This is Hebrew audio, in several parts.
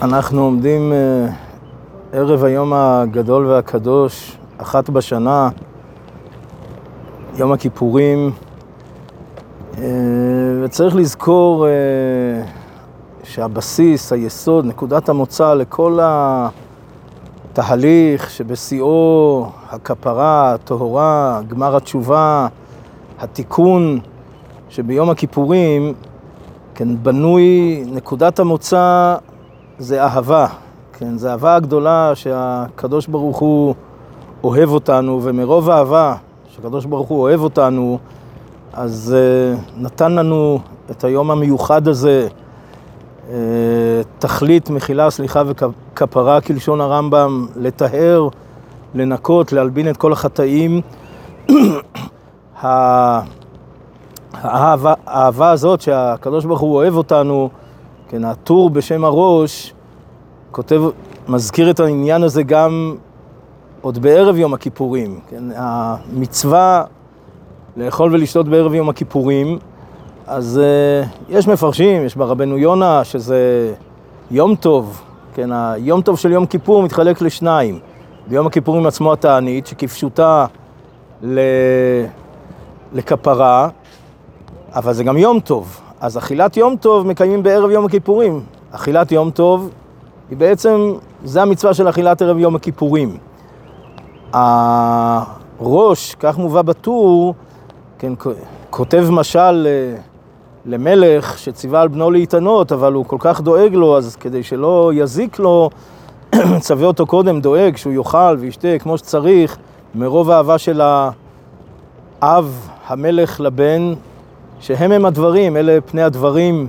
אנחנו עומדים ערב היום הגדול והקדוש, אחת בשנה, יום הכיפורים, וצריך לזכור שהבסיס, היסוד, נקודת המוצא לכל התהליך שבשיאו הכפרה, הטהרה, גמר התשובה, התיקון שביום הכיפורים, כן, בנוי, נקודת המוצא זה אהבה, כן, זה אהבה הגדולה שהקדוש ברוך הוא אוהב אותנו, ומרוב אהבה שהקדוש ברוך הוא אוהב אותנו, אז נתן לנו את היום המיוחד הזה, תכלית, מחילה, סליחה וכפרה כלשון הרמב"ם, לטהר, לנקות, להלבין את כל החטאים. האהבה הזאת שהקדוש ברוך הוא אוהב אותנו, כן, הטור בשם הראש, כותב, מזכיר את העניין הזה גם עוד בערב יום הכיפורים, כן, המצווה לאכול ולשתות בערב יום הכיפורים, אז יש מפרשים, יש ברבנו יונה שזה יום טוב, כן, היום טוב של יום כיפור מתחלק לשניים, ביום הכיפורים עצמו התענית שכפשוטה לכפרה, אבל זה גם יום טוב. אז אכילת יום טוב מקיימים בערב יום הכיפורים. אכילת יום טוב היא בעצם, זה המצווה של אכילת ערב יום הכיפורים. הראש, כך מובא בטור, כן, כותב משל למלך שציווה על בנו להתענות, אבל הוא כל כך דואג לו, אז כדי שלא יזיק לו, צווה אותו קודם, דואג שהוא יאכל וישתה כמו שצריך, מרוב האהבה של האב, המלך לבן, שהם הדברים, אלה פני הדברים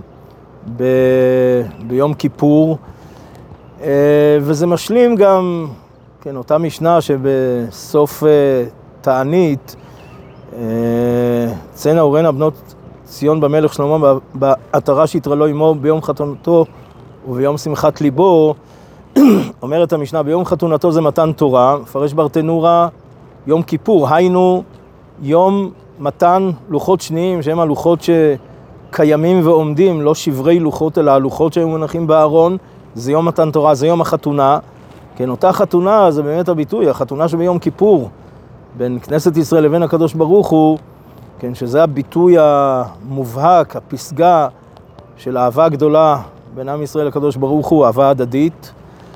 ביום כיפור, וזה משלים גם, כן, אותה משנה שבסוף תענית, צאנה אורנה בנות ציון במלך שלמה בעטרה שיתרה לו עמו ביום חתונתו וביום שמחת ליבו, אומרת המשנה, ביום חתונתו זה מתן תורה, מפרש ברטנורה, יום כיפור, היינו יום מתן לוחות שניים, שהם הלוחות שקיימים ועומדים, לא שברי לוחות, אלא הלוחות שהם מונחים בארון, זה יום מתן תורה, זה יום החתונה. כן, אותה חתונה, זה באמת הביטוי, החתונה שביום כיפור, בין כנסת ישראל לבין הקדוש ברוך הוא, כן, שזה הביטוי המובהק, הפסגה של אהבה גדולה בין עם ישראל לקדוש ברוך הוא, אהבה הדדית,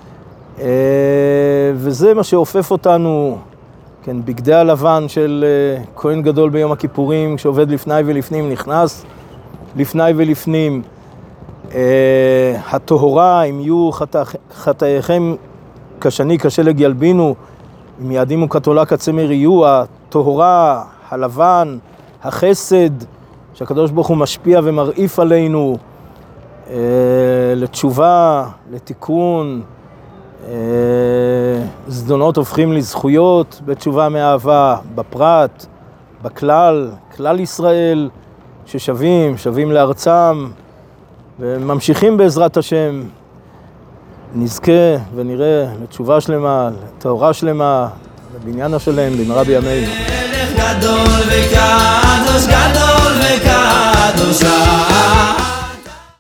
וזה מה שאופף אותנו, כן, בגדי הלבן של כהן גדול ביום הכיפורים, שעובד לפני ולפנים, נכנס לפני ולפנים. הטהרה, אם יהיו חטאיכם כשני כשלג ילבינו, אם יעדימו כתולה כצמר יהיו, הטהרה, הלבן, החסד, שהקדוש ברוך הוא משפיע ומרעיף עלינו, לתשובה, לתיקון, זדונות הופכים לזכויות בתשובה מאהבה, בפרט, בכלל, כלל ישראל ששבים לארצם וממשיכים בעזרת השם. נזכה ונראה לתשובה שלמה, לתורה שלמה, לבניין השלם במהרה בימינו. גדול וקדוש, גדול וקדוש.